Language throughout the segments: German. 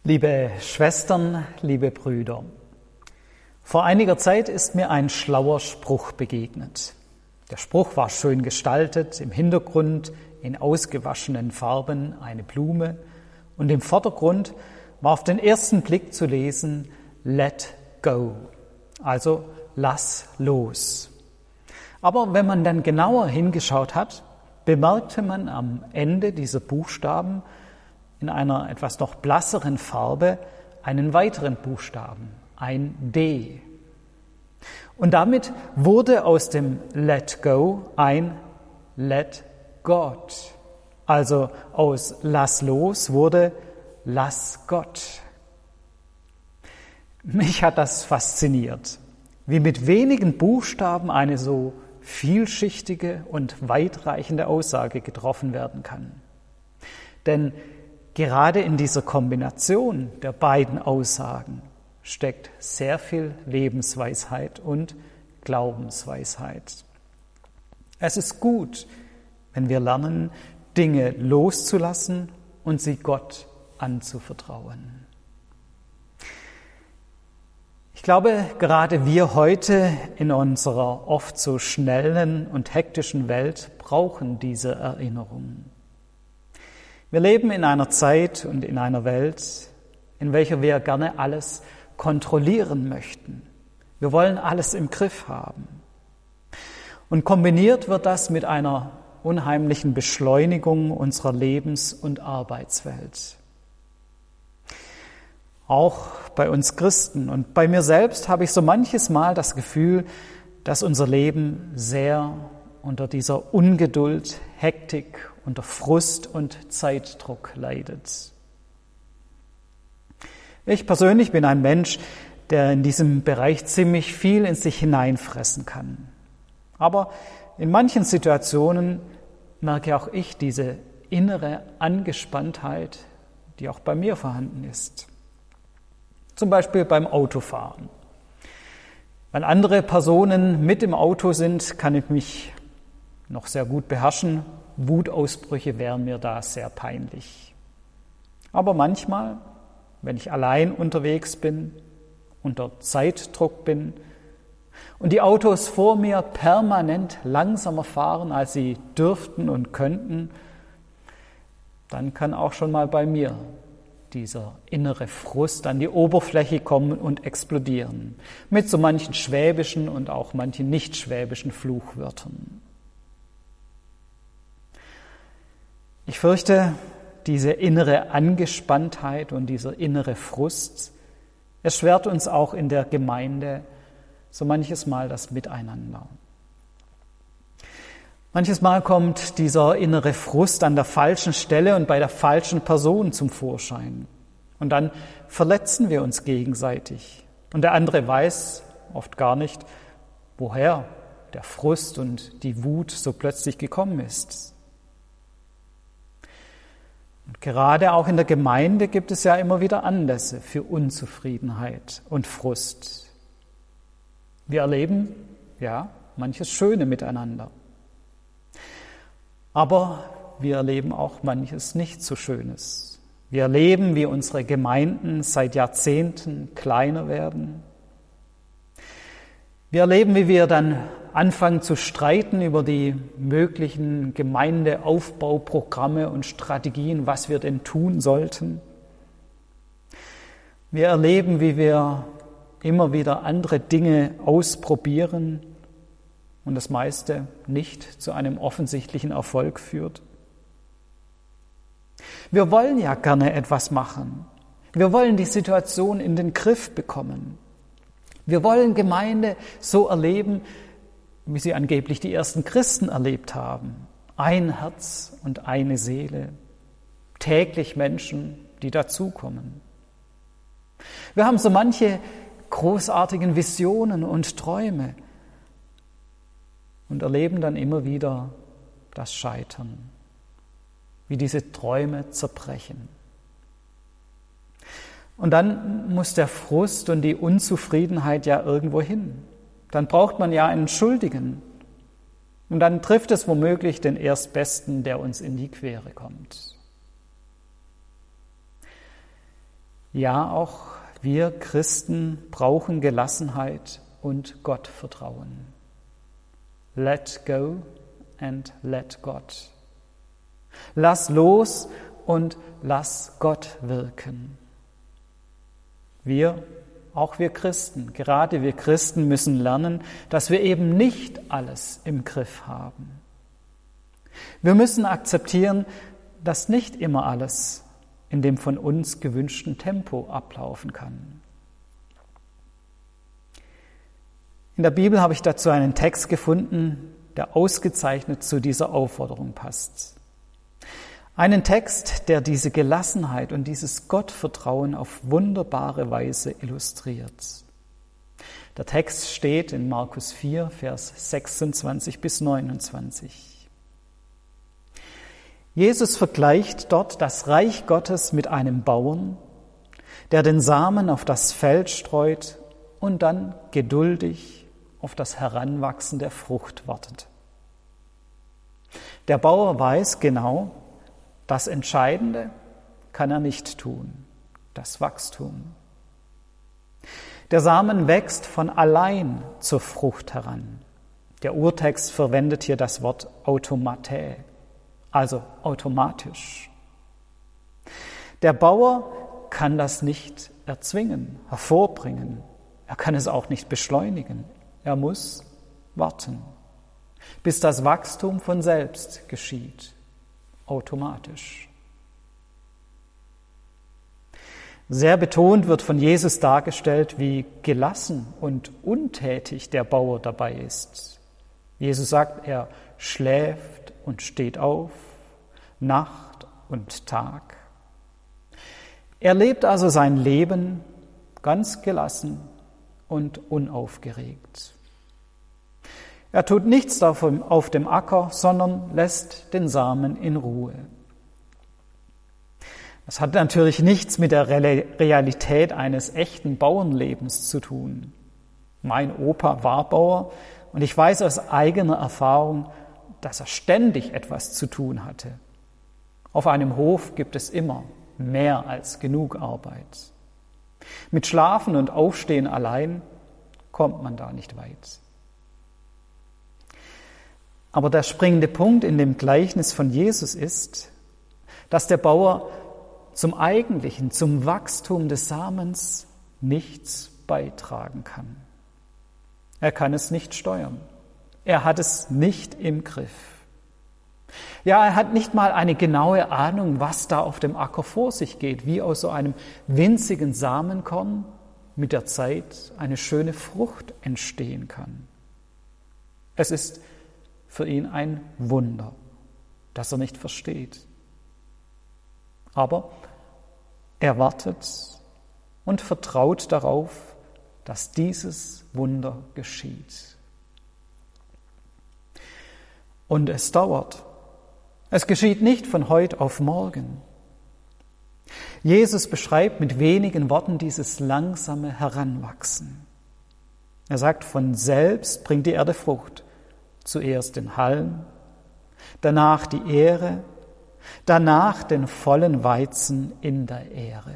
Liebe Schwestern, liebe Brüder, vor einiger Zeit ist mir ein schlauer Spruch begegnet. Der Spruch war schön gestaltet, im Hintergrund in ausgewaschenen Farben eine Blume und im Vordergrund war auf den ersten Blick zu lesen, let go, also lass los. Aber wenn man dann genauer hingeschaut hat, bemerkte man am Ende dieser Buchstaben in einer etwas noch blasseren Farbe einen weiteren Buchstaben, ein D. Und damit wurde aus dem Let Go ein Let God. Also aus Lass los wurde Lass Gott. Mich hat das fasziniert, wie mit wenigen Buchstaben eine so vielschichtige und weitreichende Aussage getroffen werden kann. Denn gerade in dieser Kombination der beiden Aussagen steckt sehr viel Lebensweisheit und Glaubensweisheit. Es ist gut, wenn wir lernen, Dinge loszulassen und sie Gott anzuvertrauen. Ich glaube, gerade wir heute in unserer oft so schnellen und hektischen Welt brauchen diese Erinnerung. Wir leben in einer Zeit und in einer Welt, in welcher wir gerne alles kontrollieren möchten. Wir wollen alles im Griff haben. Und kombiniert wird das mit einer unheimlichen Beschleunigung unserer Lebens- und Arbeitswelt. Auch bei uns Christen und bei mir selbst habe ich so manches Mal das Gefühl, dass unser Leben sehr unter dieser Ungeduld, Hektik, unter Frust und Zeitdruck leidet. Ich persönlich bin ein Mensch, der in diesem Bereich ziemlich viel in sich hineinfressen kann. Aber in manchen Situationen merke auch ich diese innere Angespanntheit, die auch bei mir vorhanden ist. Zum Beispiel beim Autofahren. Wenn andere Personen mit im Auto sind, kann ich mich noch sehr gut beherrschen. Wutausbrüche wären mir da sehr peinlich. Aber manchmal, wenn ich allein unterwegs bin, unter Zeitdruck bin und die Autos vor mir permanent langsamer fahren, als sie dürften und könnten, dann kann auch schon mal bei mir dieser innere Frust an die Oberfläche kommen und explodieren, mit so manchen schwäbischen und auch manchen nicht schwäbischen Fluchwörtern. Ich fürchte, diese innere Angespanntheit und dieser innere Frust erschwert uns auch in der Gemeinde so manches Mal das Miteinander. Manches Mal kommt dieser innere Frust an der falschen Stelle und bei der falschen Person zum Vorschein. Und dann verletzen wir uns gegenseitig. Und der andere weiß oft gar nicht, woher der Frust und die Wut so plötzlich gekommen ist. Und gerade auch in der Gemeinde gibt es ja immer wieder Anlässe für Unzufriedenheit und Frust. Wir erleben, ja, manches Schöne miteinander. Aber wir erleben auch manches nicht so Schönes. Wir erleben, wie unsere Gemeinden seit Jahrzehnten kleiner werden. Wir erleben, wie wir dann anfangen zu streiten über die möglichen Gemeindeaufbauprogramme und Strategien, was wir denn tun sollten. Wir erleben, wie wir immer wieder andere Dinge ausprobieren und das meiste nicht zu einem offensichtlichen Erfolg führt. Wir wollen ja gerne etwas machen. Wir wollen die Situation in den Griff bekommen. Wir wollen Gemeinde so erleben, wie sie angeblich die ersten Christen erlebt haben. Ein Herz und eine Seele. Täglich Menschen, die dazukommen. Wir haben so manche großartigen Visionen und Träume und erleben dann immer wieder das Scheitern, wie diese Träume zerbrechen. Und dann muss der Frust und die Unzufriedenheit ja irgendwo hin. Dann braucht man ja einen Schuldigen. Und dann trifft es womöglich den Erstbesten, der uns in die Quere kommt. Ja, auch wir Christen brauchen Gelassenheit und Gottvertrauen. Let go and let God. Lass los und lass Gott wirken. Auch wir Christen, gerade wir Christen müssen lernen, dass wir eben nicht alles im Griff haben. Wir müssen akzeptieren, dass nicht immer alles in dem von uns gewünschten Tempo ablaufen kann. In der Bibel habe ich dazu einen Text gefunden, der ausgezeichnet zu dieser Aufforderung passt. Einen Text, der diese Gelassenheit und dieses Gottvertrauen auf wunderbare Weise illustriert. Der Text steht in Markus 4, Vers 26 bis 29. Jesus vergleicht dort das Reich Gottes mit einem Bauern, der den Samen auf das Feld streut und dann geduldig auf das Heranwachsen der Frucht wartet. Der Bauer weiß genau, das Entscheidende kann er nicht tun, das Wachstum. Der Samen wächst von allein zur Frucht heran. Der Urtext verwendet hier das Wort automatä, also automatisch. Der Bauer kann das nicht erzwingen, hervorbringen. Er kann es auch nicht beschleunigen. Er muss warten, bis das Wachstum von selbst geschieht. Automatisch. Sehr betont wird von Jesus dargestellt, wie gelassen und untätig der Bauer dabei ist. Jesus sagt, er schläft und steht auf, Nacht und Tag. Er lebt also sein Leben ganz gelassen und unaufgeregt. Er tut nichts davon auf dem Acker, sondern lässt den Samen in Ruhe. Das hat natürlich nichts mit der Realität eines echten Bauernlebens zu tun. Mein Opa war Bauer und ich weiß aus eigener Erfahrung, dass er ständig etwas zu tun hatte. Auf einem Hof gibt es immer mehr als genug Arbeit. Mit Schlafen und Aufstehen allein kommt man da nicht weit. Aber der springende Punkt in dem Gleichnis von Jesus ist, dass der Bauer zum Eigentlichen, zum Wachstum des Samens nichts beitragen kann. Er kann es nicht steuern. Er hat es nicht im Griff. Ja, er hat nicht mal eine genaue Ahnung, was da auf dem Acker vor sich geht, wie aus so einem winzigen Samenkorn mit der Zeit eine schöne Frucht entstehen kann. Es ist für ihn ein Wunder, das er nicht versteht. Aber er wartet und vertraut darauf, dass dieses Wunder geschieht. Und es dauert. Es geschieht nicht von heute auf morgen. Jesus beschreibt mit wenigen Worten dieses langsame Heranwachsen. Er sagt, von selbst bringt die Erde Frucht. Zuerst den Halm, danach die Ähre, danach den vollen Weizen in der Ähre.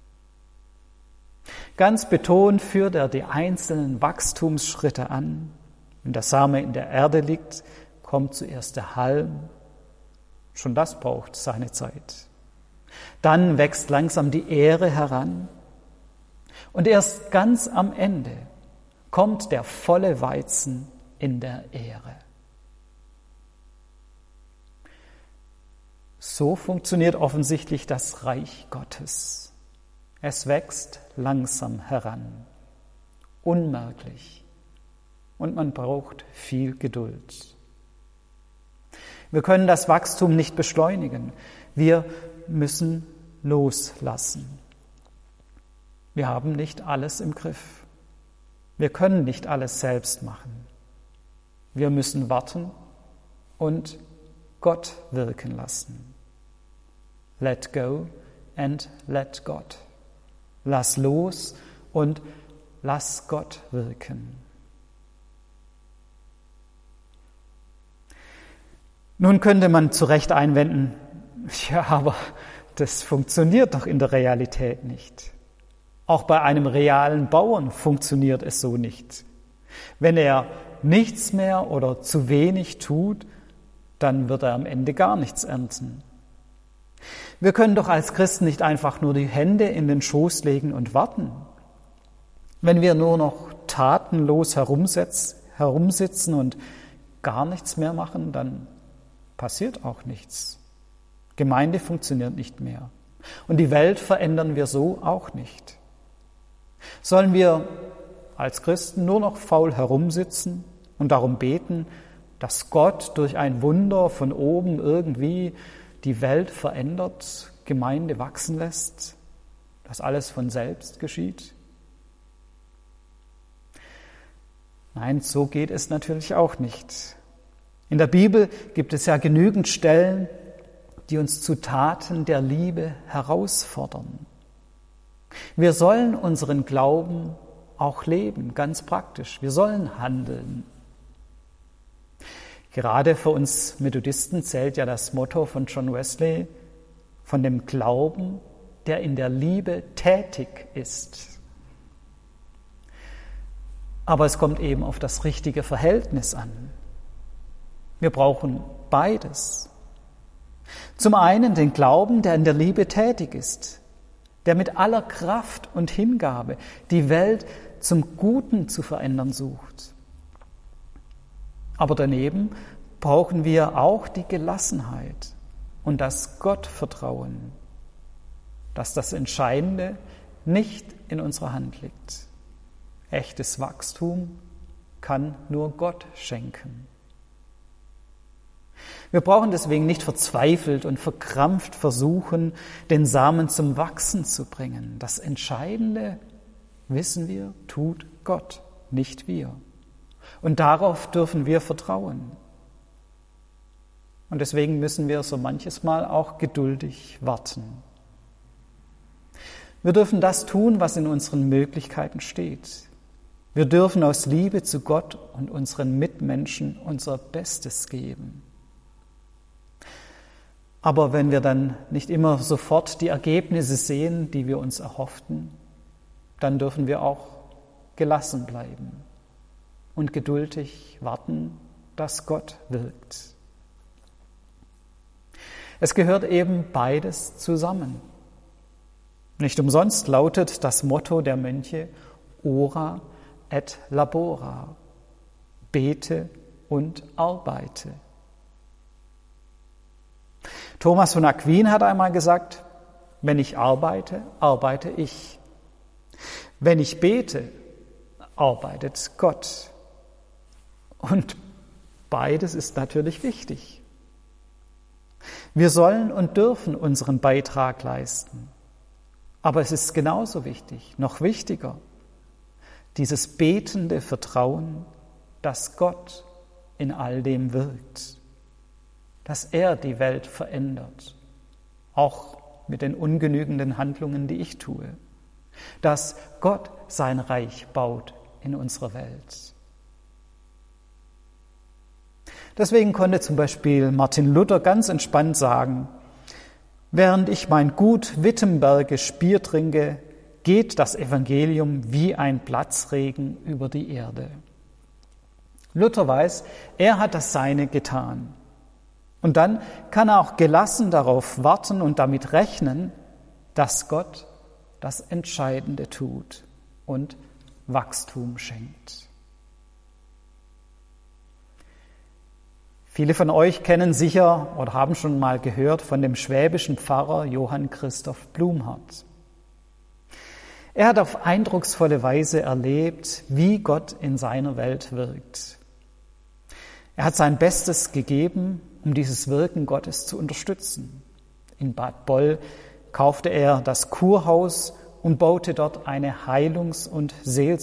Ganz betont führt er die einzelnen Wachstumsschritte an. Wenn der Same in der Erde liegt, kommt zuerst der Halm. Schon das braucht seine Zeit. Dann wächst langsam die Ähre heran. Und erst ganz am Ende kommt der volle Weizen in der Ähre. So funktioniert offensichtlich das Reich Gottes. Es wächst langsam heran, unmerklich, und man braucht viel Geduld. Wir können das Wachstum nicht beschleunigen. Wir müssen loslassen. Wir haben nicht alles im Griff. Wir können nicht alles selbst machen. Wir müssen warten und Gott wirken lassen. Let go and let God. Lass los und lass Gott wirken. Nun könnte man zu Recht einwenden, ja, aber das funktioniert doch in der Realität nicht. Auch bei einem realen Bauern funktioniert es so nicht. Wenn er nichts mehr oder zu wenig tut, dann wird er am Ende gar nichts ernten. Wir können doch als Christen nicht einfach nur die Hände in den Schoß legen und warten. Wenn wir nur noch tatenlos herumsitzen und gar nichts mehr machen, dann passiert auch nichts. Gemeinde funktioniert nicht mehr. Und die Welt verändern wir so auch nicht. Sollen wir als Christen nur noch faul herumsitzen und darum beten, dass Gott durch ein Wunder von oben irgendwie die Welt verändert, Gemeinde wachsen lässt, dass alles von selbst geschieht? Nein, so geht es natürlich auch nicht. In der Bibel gibt es ja genügend Stellen, die uns zu Taten der Liebe herausfordern. Wir sollen unseren Glauben auch leben, ganz praktisch. Wir sollen handeln. Gerade für uns Methodisten zählt ja das Motto von John Wesley, von dem Glauben, der in der Liebe tätig ist. Aber es kommt eben auf das richtige Verhältnis an. Wir brauchen beides. Zum einen den Glauben, der in der Liebe tätig ist, der mit aller Kraft und Hingabe die Welt zum Guten zu verändern sucht. Aber daneben brauchen wir auch die Gelassenheit und das Gottvertrauen, dass das Entscheidende nicht in unserer Hand liegt. Echtes Wachstum kann nur Gott schenken. Wir brauchen deswegen nicht verzweifelt und verkrampft versuchen, den Samen zum Wachsen zu bringen. Das Entscheidende, wissen wir, tut Gott, nicht wir. Und darauf dürfen wir vertrauen. Und deswegen müssen wir so manches Mal auch geduldig warten. Wir dürfen das tun, was in unseren Möglichkeiten steht. Wir dürfen aus Liebe zu Gott und unseren Mitmenschen unser Bestes geben. Aber wenn wir dann nicht immer sofort die Ergebnisse sehen, die wir uns erhofften, dann dürfen wir auch gelassen bleiben und geduldig warten, dass Gott wirkt. Es gehört eben beides zusammen. Nicht umsonst lautet das Motto der Mönche Ora et labora, bete und arbeite. Thomas von Aquin hat einmal gesagt, wenn ich arbeite, arbeite ich. Wenn ich bete, arbeitet Gott. Und beides ist natürlich wichtig. Wir sollen und dürfen unseren Beitrag leisten. Aber es ist genauso wichtig, noch wichtiger, dieses betende Vertrauen, dass Gott in all dem wirkt, dass er die Welt verändert, auch mit den ungenügenden Handlungen, die ich tue, dass Gott sein Reich baut in unserer Welt. Deswegen konnte zum Beispiel Martin Luther ganz entspannt sagen, während ich mein Gut Wittenbergisch Bier trinke, geht das Evangelium wie ein Platzregen über die Erde. Luther weiß, er hat das Seine getan. Und dann kann er auch gelassen darauf warten und damit rechnen, dass Gott das Entscheidende tut und Wachstum schenkt. Viele von euch kennen sicher oder haben schon mal gehört von dem schwäbischen Pfarrer Johann Christoph Blumhardt. Er hat auf eindrucksvolle Weise erlebt, wie Gott in seiner Welt wirkt. Er hat sein Bestes gegeben, um dieses Wirken Gottes zu unterstützen. In Bad Boll kaufte er das Kurhaus und baute dort ein Heilungs- und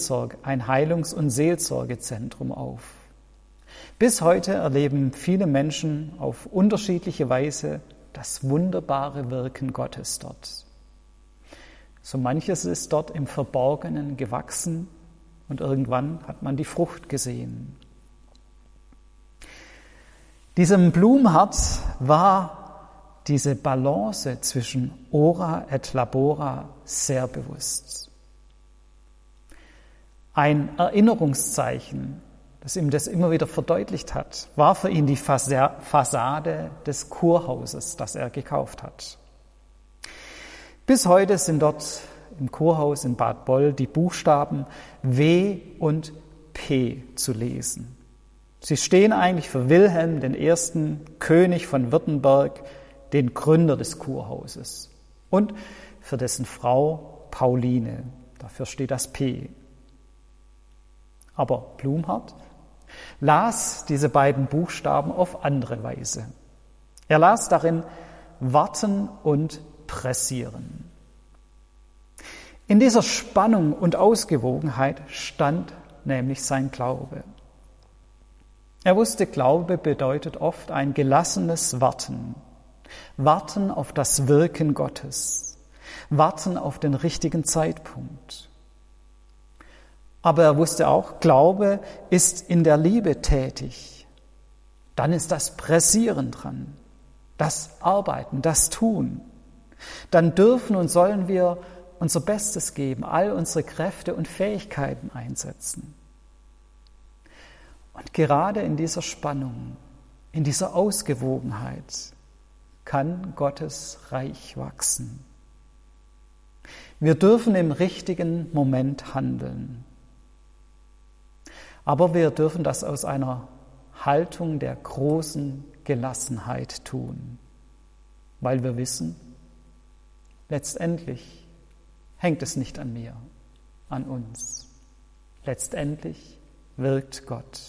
Seelsorgezentrum auf. Bis heute erleben viele Menschen auf unterschiedliche Weise das wunderbare Wirken Gottes dort. So manches ist dort im Verborgenen gewachsen und irgendwann hat man die Frucht gesehen. Diesem Blumhardt war diese Balance zwischen Ora et Labora sehr bewusst. Ein Erinnerungszeichen, das ihm das immer wieder verdeutlicht hat, war für ihn die Fassade des Kurhauses, das er gekauft hat. Bis heute sind dort im Kurhaus in Bad Boll die Buchstaben W und P zu lesen. Sie stehen eigentlich für Wilhelm I., König von Württemberg, den Gründer des Kurhauses, und für dessen Frau Pauline. Dafür steht das P. Aber Blumhardt las diese beiden Buchstaben auf andere Weise. Er las darin warten und pressieren. In dieser Spannung und Ausgewogenheit stand nämlich sein Glaube. Er wusste, Glaube bedeutet oft ein gelassenes Warten. Warten auf das Wirken Gottes. Warten auf den richtigen Zeitpunkt. Aber er wusste auch, Glaube ist in der Liebe tätig. Dann ist das Pressieren dran, das Arbeiten, das Tun. Dann dürfen und sollen wir unser Bestes geben, all unsere Kräfte und Fähigkeiten einsetzen. Und gerade in dieser Spannung, in dieser Ausgewogenheit kann Gottes Reich wachsen. Wir dürfen im richtigen Moment handeln. Aber wir dürfen das aus einer Haltung der großen Gelassenheit tun, weil wir wissen, letztendlich hängt es nicht an mir, an uns. Letztendlich wirkt Gott.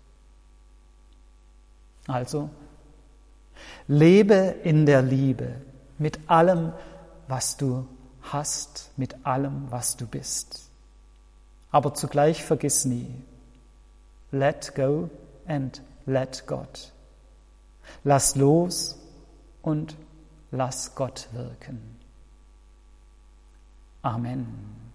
Also, lebe in der Liebe mit allem, was du hast, mit allem, was du bist. Aber zugleich vergiss nie, let go and let God. Lass los und lass Gott wirken. Amen.